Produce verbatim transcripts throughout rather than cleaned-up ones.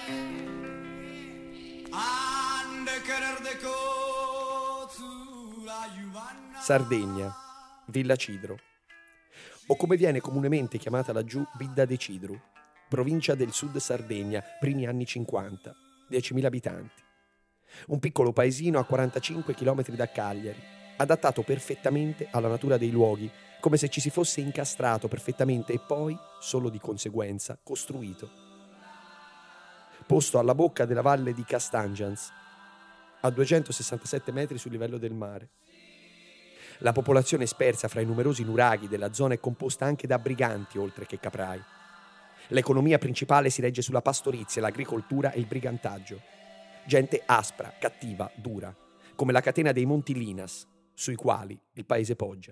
Sardegna, Villa Cidro, o come viene comunemente chiamata laggiù Bidda de Cidru, provincia del Sud Sardegna, primi anni cinquanta, diecimila abitanti. Un piccolo paesino a quarantacinque chilometri da Cagliari, adattato perfettamente alla natura dei luoghi, come se ci si fosse incastrato perfettamente e poi, solo di conseguenza, costruito. Posto alla bocca della valle di Castangians, a duecentosessantasette metri sul livello del mare. La popolazione spersa fra i numerosi nuraghi della zona è composta anche da briganti oltre che caprai. L'economia principale si regge sulla pastorizia, l'agricoltura e il brigantaggio. Gente aspra, cattiva, dura, come la catena dei Monti Linas, sui quali il paese poggia.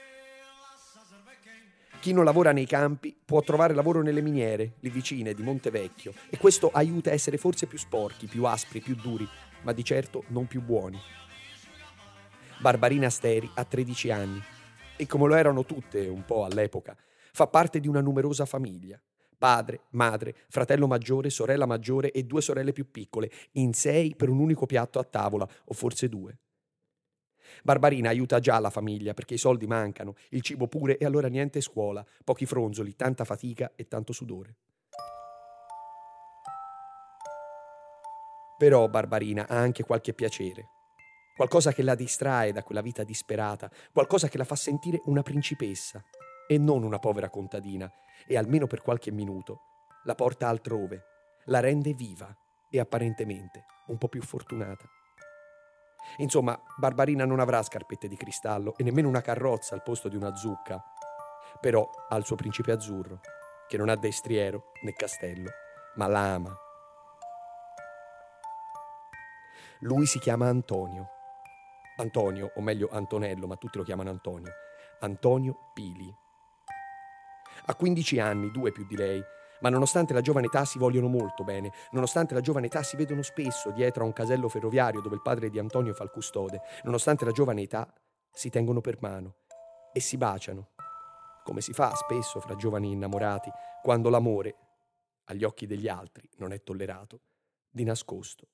Chi non lavora nei campi può trovare lavoro nelle miniere, lì vicine, di Montevecchio, e questo aiuta a essere forse più sporchi, più aspri, più duri, ma di certo non più buoni. Barbarina Steri ha tredici anni e, come lo erano tutte un po' all'epoca, fa parte di una numerosa famiglia. Padre, madre, fratello maggiore, sorella maggiore e due sorelle più piccole, in sei per un unico piatto a tavola, o forse due. Barbarina aiuta già la famiglia perché i soldi mancano, il cibo pure e allora niente scuola, pochi fronzoli, tanta fatica e tanto sudore. Però Barbarina ha anche qualche piacere. Qualcosa che la distrae da quella vita disperata, qualcosa che la fa sentire una principessa e non una povera contadina, e almeno per qualche minuto la porta altrove, la rende viva e apparentemente un po' più fortunata. Insomma, Barbarina non avrà scarpette di cristallo e nemmeno una carrozza al posto di una zucca, però ha il suo principe azzurro, che non ha destriero né castello, ma la ama. Lui si chiama Antonio. Antonio, o meglio Antonello, ma tutti lo chiamano Antonio. Antonio Pili. Ha quindici anni, due più di lei, ma nonostante la giovane età si vogliono molto bene, nonostante la giovane età si vedono spesso dietro a un casello ferroviario dove il padre di Antonio fa il custode, nonostante la giovane età si tengono per mano e si baciano, come si fa spesso fra giovani innamorati, quando l'amore, agli occhi degli altri, non è tollerato, di nascosto.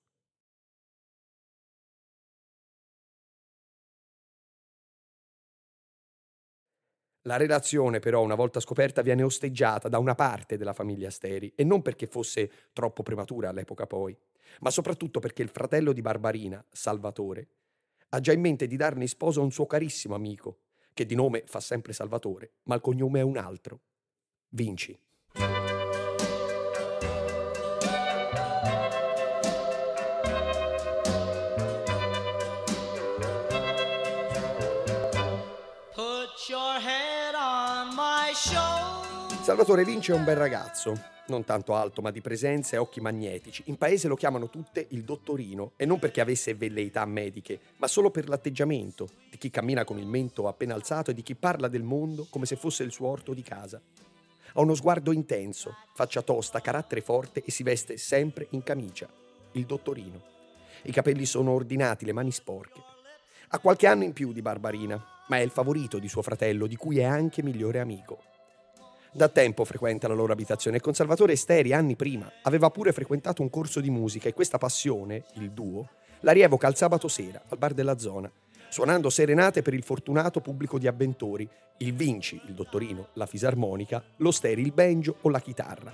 La relazione, però, una volta scoperta, viene osteggiata da una parte della famiglia Steri, e non perché fosse troppo prematura all'epoca poi, ma soprattutto perché il fratello di Barbarina, Salvatore, ha già in mente di darne in sposa un suo carissimo amico, che di nome fa sempre Salvatore, ma il cognome è un altro: Vinci. Salvatore Vinci è un bel ragazzo, non tanto alto ma di presenza e occhi magnetici. In paese lo chiamano tutte il dottorino, e non perché avesse velleità mediche, ma solo per l'atteggiamento di chi cammina con il mento appena alzato e di chi parla del mondo come se fosse il suo orto di casa. Ha uno sguardo intenso, faccia tosta, carattere forte e si veste sempre in camicia, il dottorino. I capelli sono ordinati, le mani sporche. Ha qualche anno in più di Barbarina, ma è il favorito di suo fratello, di cui è anche migliore amico. Da tempo frequenta la loro abitazione e con Salvatore Steri, anni prima, aveva pure frequentato un corso di musica, e questa passione, il duo, la rievoca il sabato sera al bar della zona, suonando serenate per il fortunato pubblico di avventori, il Vinci, il dottorino, la fisarmonica, lo Steri, il banjo o la chitarra.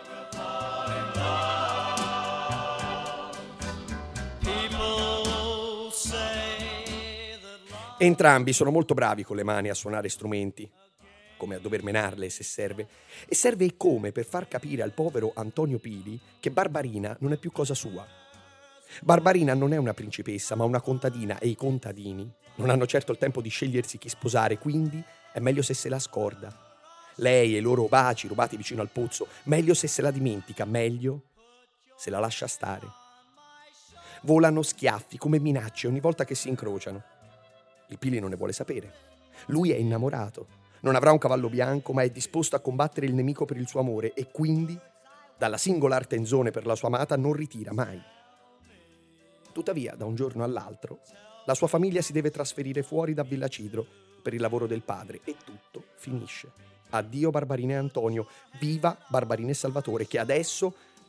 Entrambi sono molto bravi con le mani a suonare strumenti, come a dover menarle se serve, e serve come per far capire al povero Antonio Pili che Barbarina non è più cosa sua. Barbarina non è una principessa, ma una contadina, e i contadini non hanno certo il tempo di scegliersi chi sposare, quindi è meglio se se la scorda. Lei e i loro baci rubati vicino al pozzo, meglio se se la dimentica, meglio se la lascia stare. Volano schiaffi come minacce ogni volta che si incrociano. Il Pili non ne vuole sapere. Lui è innamorato. Non avrà un cavallo bianco, ma è disposto a combattere il nemico per il suo amore, e quindi dalla singola artenzone per la sua amata non ritira mai. Tuttavia, da un giorno all'altro, la sua famiglia si deve trasferire fuori da Villa Cidro per il lavoro del padre e tutto finisce. Addio Barbarina e Antonio, viva Barbarina e Salvatore, che adesso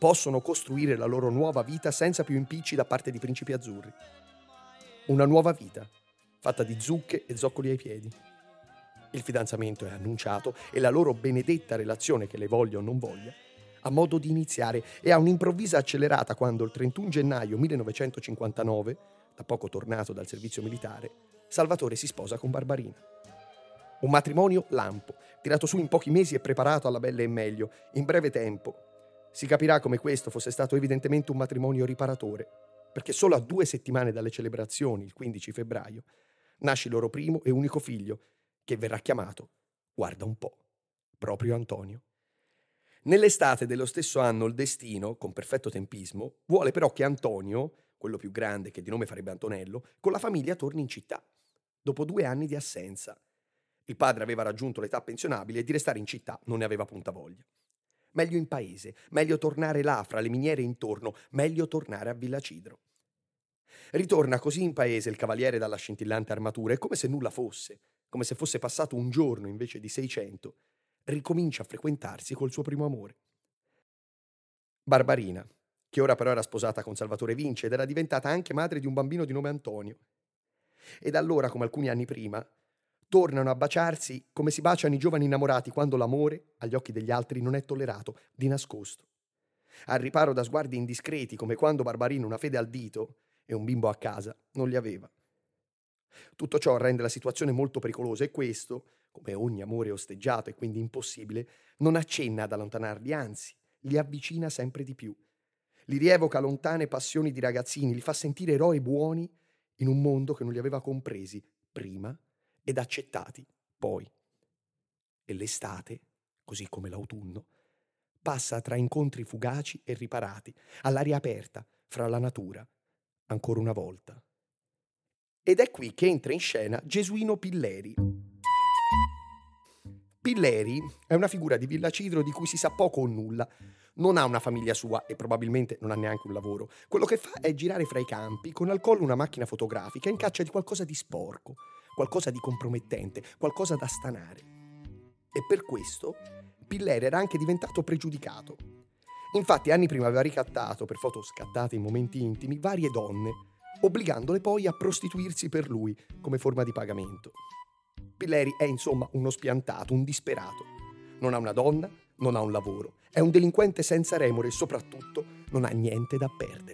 possono costruire la loro nuova vita senza più impicci da parte di principi azzurri. Una nuova vita, fatta di zucche e zoccoli ai piedi. Il fidanzamento è annunciato e la loro benedetta relazione, che le voglia o non voglia, ha modo di iniziare e ha un'improvvisa accelerata quando il trentuno gennaio millenovecentocinquantanove, da poco tornato dal servizio militare, Salvatore si sposa con Barbarina. Un matrimonio lampo, tirato su in pochi mesi e preparato alla belle e meglio, in breve tempo. Si capirà come questo fosse stato evidentemente un matrimonio riparatore, perché solo a due settimane dalle celebrazioni, il quindici febbraio, nasce il loro primo e unico figlio, che verrà chiamato, guarda un po', proprio Antonio. Nell'estate dello stesso anno il destino, con perfetto tempismo, vuole però che Antonio, quello più grande che di nome farebbe Antonello, con la famiglia torni in città, dopo due anni di assenza. Il padre aveva raggiunto l'età pensionabile e di restare in città non ne aveva punta voglia. Meglio in paese, meglio tornare là, fra le miniere intorno, meglio tornare a Villa Cidro. Ritorna così in paese il cavaliere dalla scintillante armatura e come se nulla fosse, come se fosse passato un giorno invece di seicento, ricomincia a frequentarsi col suo primo amore. Barbarina, che ora però era sposata con Salvatore Vinci ed era diventata anche madre di un bambino di nome Antonio. E da allora, come alcuni anni prima, tornano a baciarsi come si baciano i giovani innamorati quando l'amore, agli occhi degli altri, non è tollerato, di nascosto. Al riparo da sguardi indiscreti, come quando Barbarina una fede al dito e un bimbo a casa non li aveva. Tutto ciò rende la situazione molto pericolosa e questo, come ogni amore osteggiato e quindi impossibile, non accenna ad allontanarli, anzi, li avvicina sempre di più. Li rievoca lontane passioni di ragazzini, li fa sentire eroi buoni in un mondo che non li aveva compresi prima ed accettati poi. E l'estate, così come l'autunno, passa tra incontri fugaci e riparati, all'aria aperta, fra la natura, ancora una volta. Ed è qui che entra in scena Gesuino Pilleri. Pilleri è una figura di Villa Cidro di cui si sa poco o nulla. Non ha una famiglia sua e probabilmente non ha neanche un lavoro. Quello che fa è girare fra i campi con al collo una macchina fotografica in caccia di qualcosa di sporco, qualcosa di compromettente, qualcosa da stanare. E per questo Pilleri era anche diventato pregiudicato. Infatti anni prima aveva ricattato, per foto scattate in momenti intimi, varie donne, obbligandole poi a prostituirsi per lui come forma di pagamento. Pilleri è insomma uno spiantato, un disperato. Non ha una donna, non ha un lavoro, è un delinquente senza remore e soprattutto non ha niente da perdere.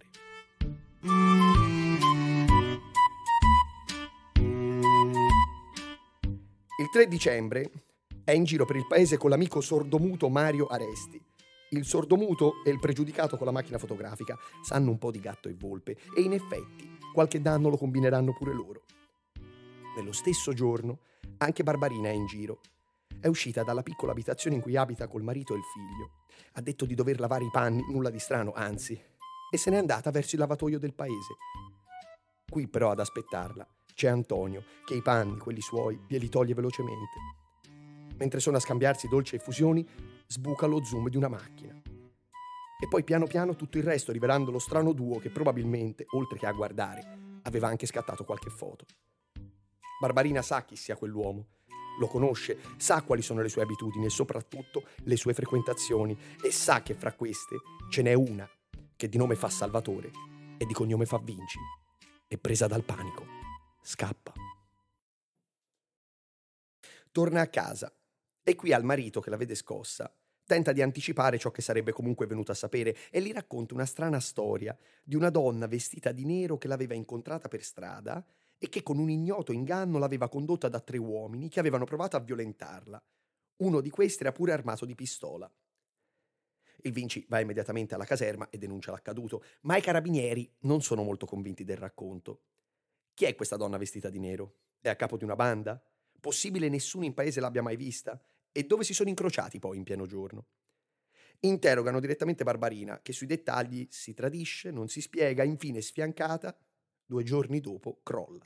Il tre dicembre è in giro per il paese con l'amico sordomuto Mario Aresti. Il sordomuto e il pregiudicato con la macchina fotografica sanno un po' di gatto e volpe e in effetti qualche danno lo combineranno pure loro. Nello stesso giorno anche Barbarina è in giro. È uscita dalla piccola abitazione in cui abita col marito e il figlio. Ha detto di dover lavare i panni, nulla di strano, anzi, e se n'è andata verso il lavatoio del paese. Qui però ad aspettarla c'è Antonio, che i panni, quelli suoi, glieli toglie velocemente. Mentre sono a scambiarsi dolci effusioni, sbuca lo zoom di una macchina. E poi piano piano tutto il resto, rivelando lo strano duo che probabilmente, oltre che a guardare, aveva anche scattato qualche foto. Barbarina sa chi sia quell'uomo, lo conosce, sa quali sono le sue abitudini e soprattutto le sue frequentazioni e sa che fra queste ce n'è una che di nome fa Salvatore e di cognome fa Vinci e presa dal panico scappa. Torna a casa e qui al marito che la vede scossa tenta di anticipare ciò che sarebbe comunque venuto a sapere e gli racconta una strana storia di una donna vestita di nero che l'aveva incontrata per strada e che con un ignoto inganno l'aveva condotta da tre uomini che avevano provato a violentarla. Uno di questi era pure armato di pistola. Il Vinci va immediatamente alla caserma e denuncia l'accaduto, ma i carabinieri non sono molto convinti del racconto. Chi è questa donna vestita di nero? È a capo di una banda? Possibile nessuno in paese l'abbia mai vista? E dove si sono incrociati poi in pieno giorno? Interrogano direttamente Barbarina, che sui dettagli si tradisce, non si spiega, infine sfiancata, due giorni dopo crolla.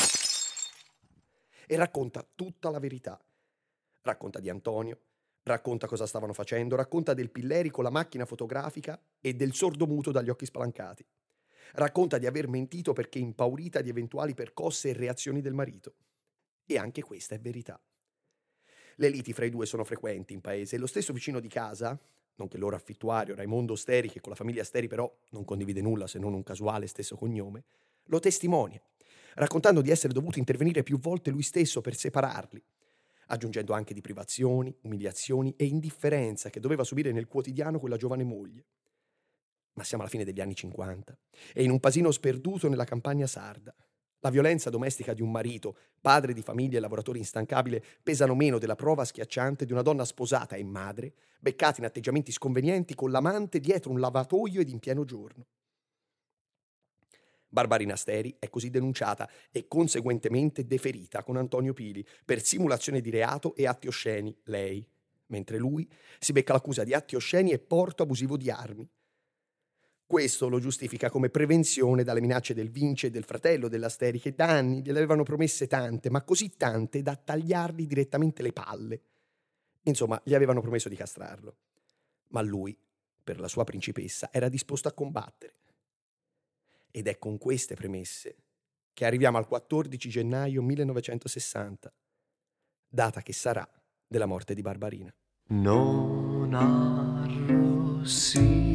E racconta tutta la verità. Racconta di Antonio, racconta cosa stavano facendo, racconta del Pilleri con la macchina fotografica e del sordomuto dagli occhi spalancati. Racconta di aver mentito perché impaurita di eventuali percosse e reazioni del marito. E anche questa è verità. Le liti fra i due sono frequenti in paese e lo stesso vicino di casa, non che loro affittuario, Raimondo Steri, che con la famiglia Steri però non condivide nulla se non un casuale stesso cognome, lo testimonia, raccontando di essere dovuto intervenire più volte lui stesso per separarli, aggiungendo anche di privazioni, umiliazioni e indifferenza che doveva subire nel quotidiano quella giovane moglie. Ma siamo alla fine degli anni cinquanta e in un paesino sperduto nella campagna sarda. La violenza domestica di un marito, padre di famiglia e lavoratore instancabile, pesano meno della prova schiacciante di una donna sposata e madre, beccata in atteggiamenti sconvenienti con l'amante dietro un lavatoio ed in pieno giorno. Barbarina Steri è così denunciata e conseguentemente deferita con Antonio Pili per simulazione di reato e atti osceni, lei, mentre lui si becca l'accusa di atti osceni e porto abusivo di armi. Questo lo giustifica come prevenzione dalle minacce del Vince e del fratello della Steri, che da anni gliele avevano promesse tante, ma così tante da tagliargli direttamente le palle. Insomma, gli avevano promesso di castrarlo. Ma lui, per la sua principessa, era disposto a combattere. Ed è con queste premesse che arriviamo al quattordici gennaio millenovecentosessanta, data che sarà della morte di Barbarina. Non arrossire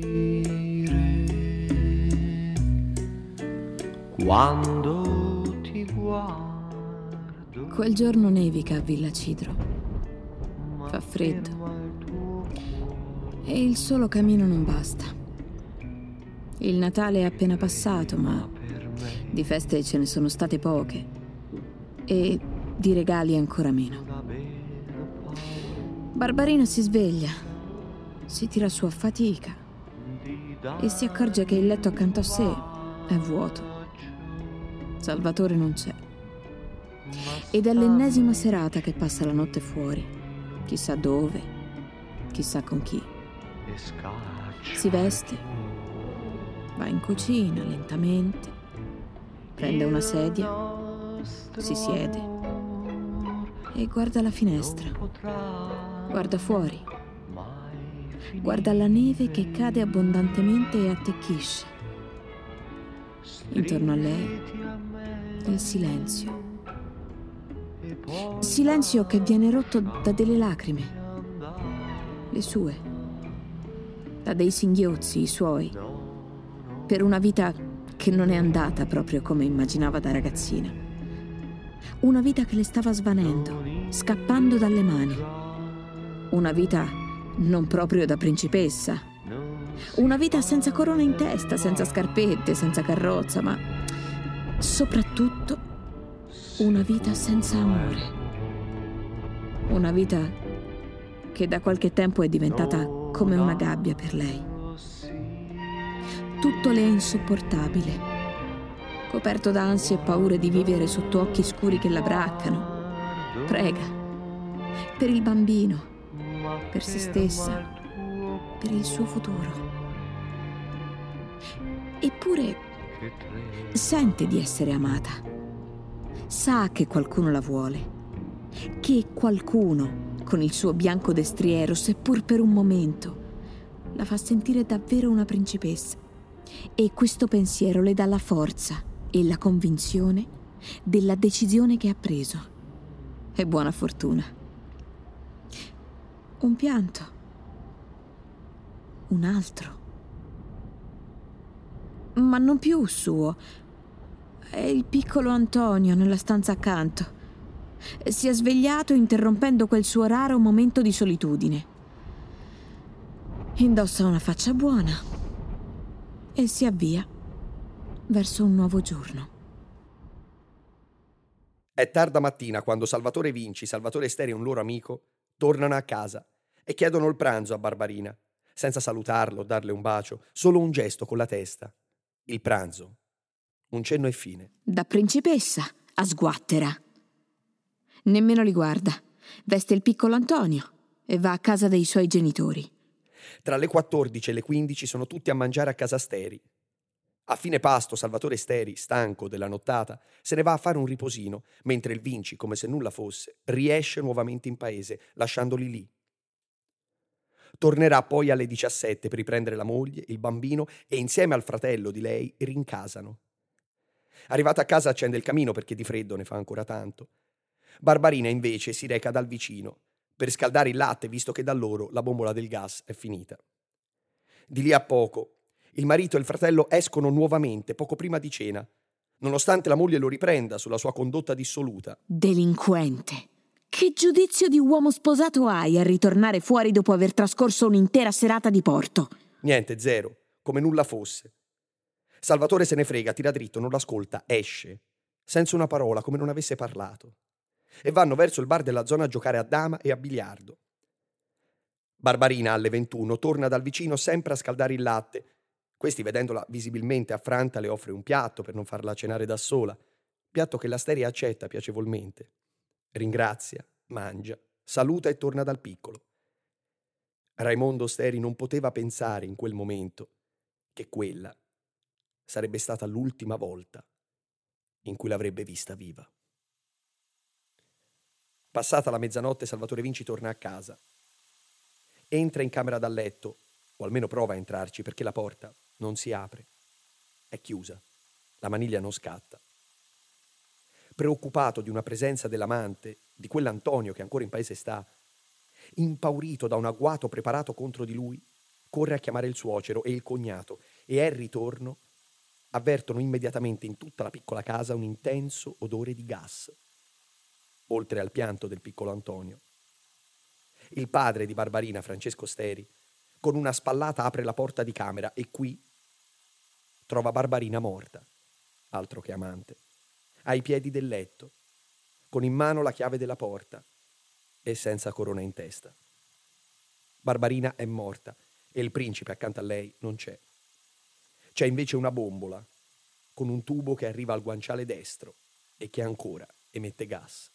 quando ti guardo. Quel giorno nevica a Villa Cidro. Fa freddo. E il solo camino non basta. Il Natale è appena passato, ma di feste ce ne sono state poche. E di regali ancora meno. Barbarina si sveglia, si tira su a fatica e si accorge che il letto accanto a sé è vuoto. Salvatore non c'è. Ed è l'ennesima serata che passa la notte fuori. Chissà dove, chissà con chi. Si veste, va in cucina lentamente, prende una sedia, si siede e guarda la finestra. Guarda fuori. Guarda la neve che cade abbondantemente e attecchisce. Intorno a lei il silenzio. Silenzio che viene rotto da delle lacrime. Le sue. Da dei singhiozzi, i suoi. Per una vita che non è andata proprio come immaginava da ragazzina. Una vita che le stava svanendo, scappando dalle mani. Una vita non proprio da principessa. Una vita senza corona in testa, senza scarpette, senza carrozza, ma soprattutto una vita senza amore. Una vita che da qualche tempo è diventata come una gabbia per lei. Tutto le è insopportabile, coperto da ansie e paure di vivere sotto occhi scuri che la braccano. Prega per il bambino, per se stessa, per il suo futuro. Eppure sente di essere amata. Sa che qualcuno la vuole, che qualcuno, con il suo bianco destriero, seppur per un momento, la fa sentire davvero una principessa. E questo pensiero le dà la forza e la convinzione della decisione che ha preso. E buona fortuna. Un pianto. Un altro. Ma non più suo. È il piccolo Antonio nella stanza accanto. Si è svegliato interrompendo quel suo raro momento di solitudine. Indossa una faccia buona e si avvia verso un nuovo giorno. È tarda mattina quando Salvatore Vinci, Salvatore Steri e un loro amico tornano a casa e chiedono il pranzo a Barbarina, senza salutarlo o darle un bacio, solo un gesto con la testa. Il pranzo. Un cenno e fine. Da principessa a sguattera. Nemmeno li guarda. Veste il piccolo Antonio e va a casa dei suoi genitori. Tra le quattordici e le quindici sono tutti a mangiare a casa Steri. A fine pasto Salvatore Steri, stanco della nottata, se ne va a fare un riposino, mentre il Vinci, come se nulla fosse, riesce nuovamente in paese, lasciandoli lì. Tornerà poi alle diciassette per riprendere la moglie, il bambino e insieme al fratello di lei rincasano. Arrivata a casa accende il camino perché di freddo ne fa ancora tanto. Barbarina invece si reca dal vicino, per scaldare il latte, visto che da loro la bombola del gas è finita. Di lì a poco, il marito e il fratello escono nuovamente poco prima di cena, nonostante la moglie lo riprenda sulla sua condotta dissoluta. Delinquente! Che giudizio di uomo sposato hai a ritornare fuori dopo aver trascorso un'intera serata di porto? Niente, zero, come nulla fosse. Salvatore se ne frega, tira dritto, non l'ascolta, esce, senza una parola, come non avesse parlato. E vanno verso il bar della zona a giocare a dama e a biliardo. Barbarina, alle ventuno, torna dal vicino sempre a scaldare il latte. Questi, vedendola visibilmente affranta, le offre un piatto per non farla cenare da sola, piatto che la Steri accetta piacevolmente. Ringrazia, mangia, saluta e torna dal piccolo. Raimondo Steri non poteva pensare in quel momento che quella sarebbe stata l'ultima volta in cui l'avrebbe vista viva. Passata la mezzanotte, Salvatore Vinci torna a casa. Entra in camera da letto, o almeno prova a entrarci, perché la porta non si apre. È chiusa. La maniglia non scatta. Preoccupato di una presenza dell'amante, di quell'Antonio che ancora in paese sta, impaurito da un agguato preparato contro di lui, corre a chiamare il suocero e il cognato e al ritorno avvertono immediatamente in tutta la piccola casa un intenso odore di gas, oltre al pianto del piccolo Antonio. Il padre di Barbarina, Francesco Steri, con una spallata apre la porta di camera e qui trova Barbarina morta, altro che amante, ai piedi del letto, con in mano la chiave della porta e senza corona in testa. Barbarina è morta e il principe accanto a lei non c'è. C'è invece una bombola con un tubo che arriva al guanciale destro e che ancora emette gas.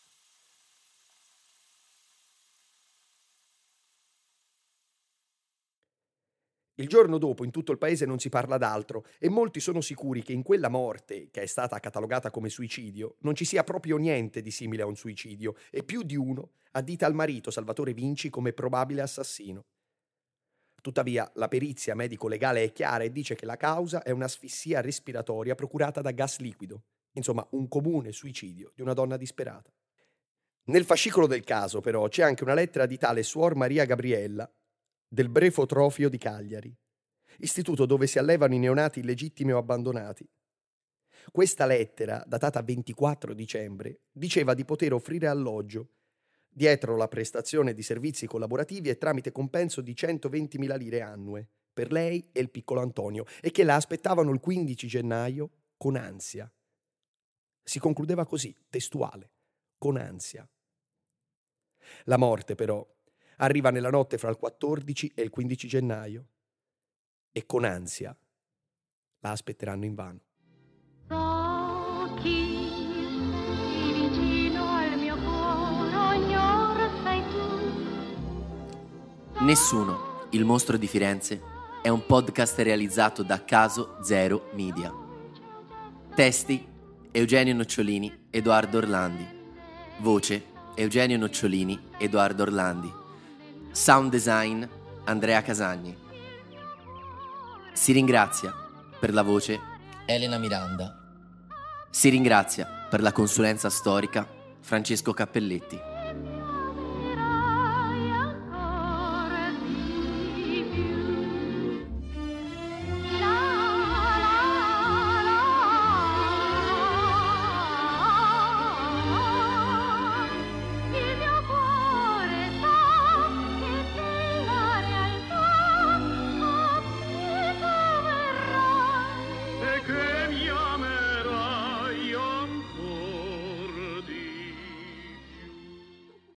Il giorno dopo in tutto il paese non si parla d'altro e molti sono sicuri che in quella morte, che è stata catalogata come suicidio, non ci sia proprio niente di simile a un suicidio e più di uno addita al marito Salvatore Vinci come probabile assassino. Tuttavia la perizia medico-legale è chiara e dice che la causa è un'asfissia respiratoria procurata da gas liquido, insomma un comune suicidio di una donna disperata. Nel fascicolo del caso però c'è anche una lettera di tale Suor Maria Gabriella del Brefotrofio di Cagliari, istituto dove si allevano i neonati illegittimi o abbandonati. Questa lettera, datata ventiquattro dicembre, diceva di poter offrire alloggio dietro la prestazione di servizi collaborativi e tramite compenso di centoventimila lire annue per lei e il piccolo Antonio e che la aspettavano il quindici gennaio con ansia. Si concludeva così, testuale, con ansia. La morte, però, arriva nella notte fra il quattordici e il quindici gennaio e con ansia la aspetteranno invano. So chi vicino al mio cuore, ognor sei tu. Nessuno, il mostro di Firenze, è un podcast realizzato da Caso Zero Media. Testi Eugenio Nocciolini, Edoardo Orlandi. Voce Eugenio Nocciolini, Edoardo Orlandi. Sound design Andrea Casagni. Si ringrazia per la voce Elena Miranda. Si ringrazia per la consulenza storica Francesco Cappelletti.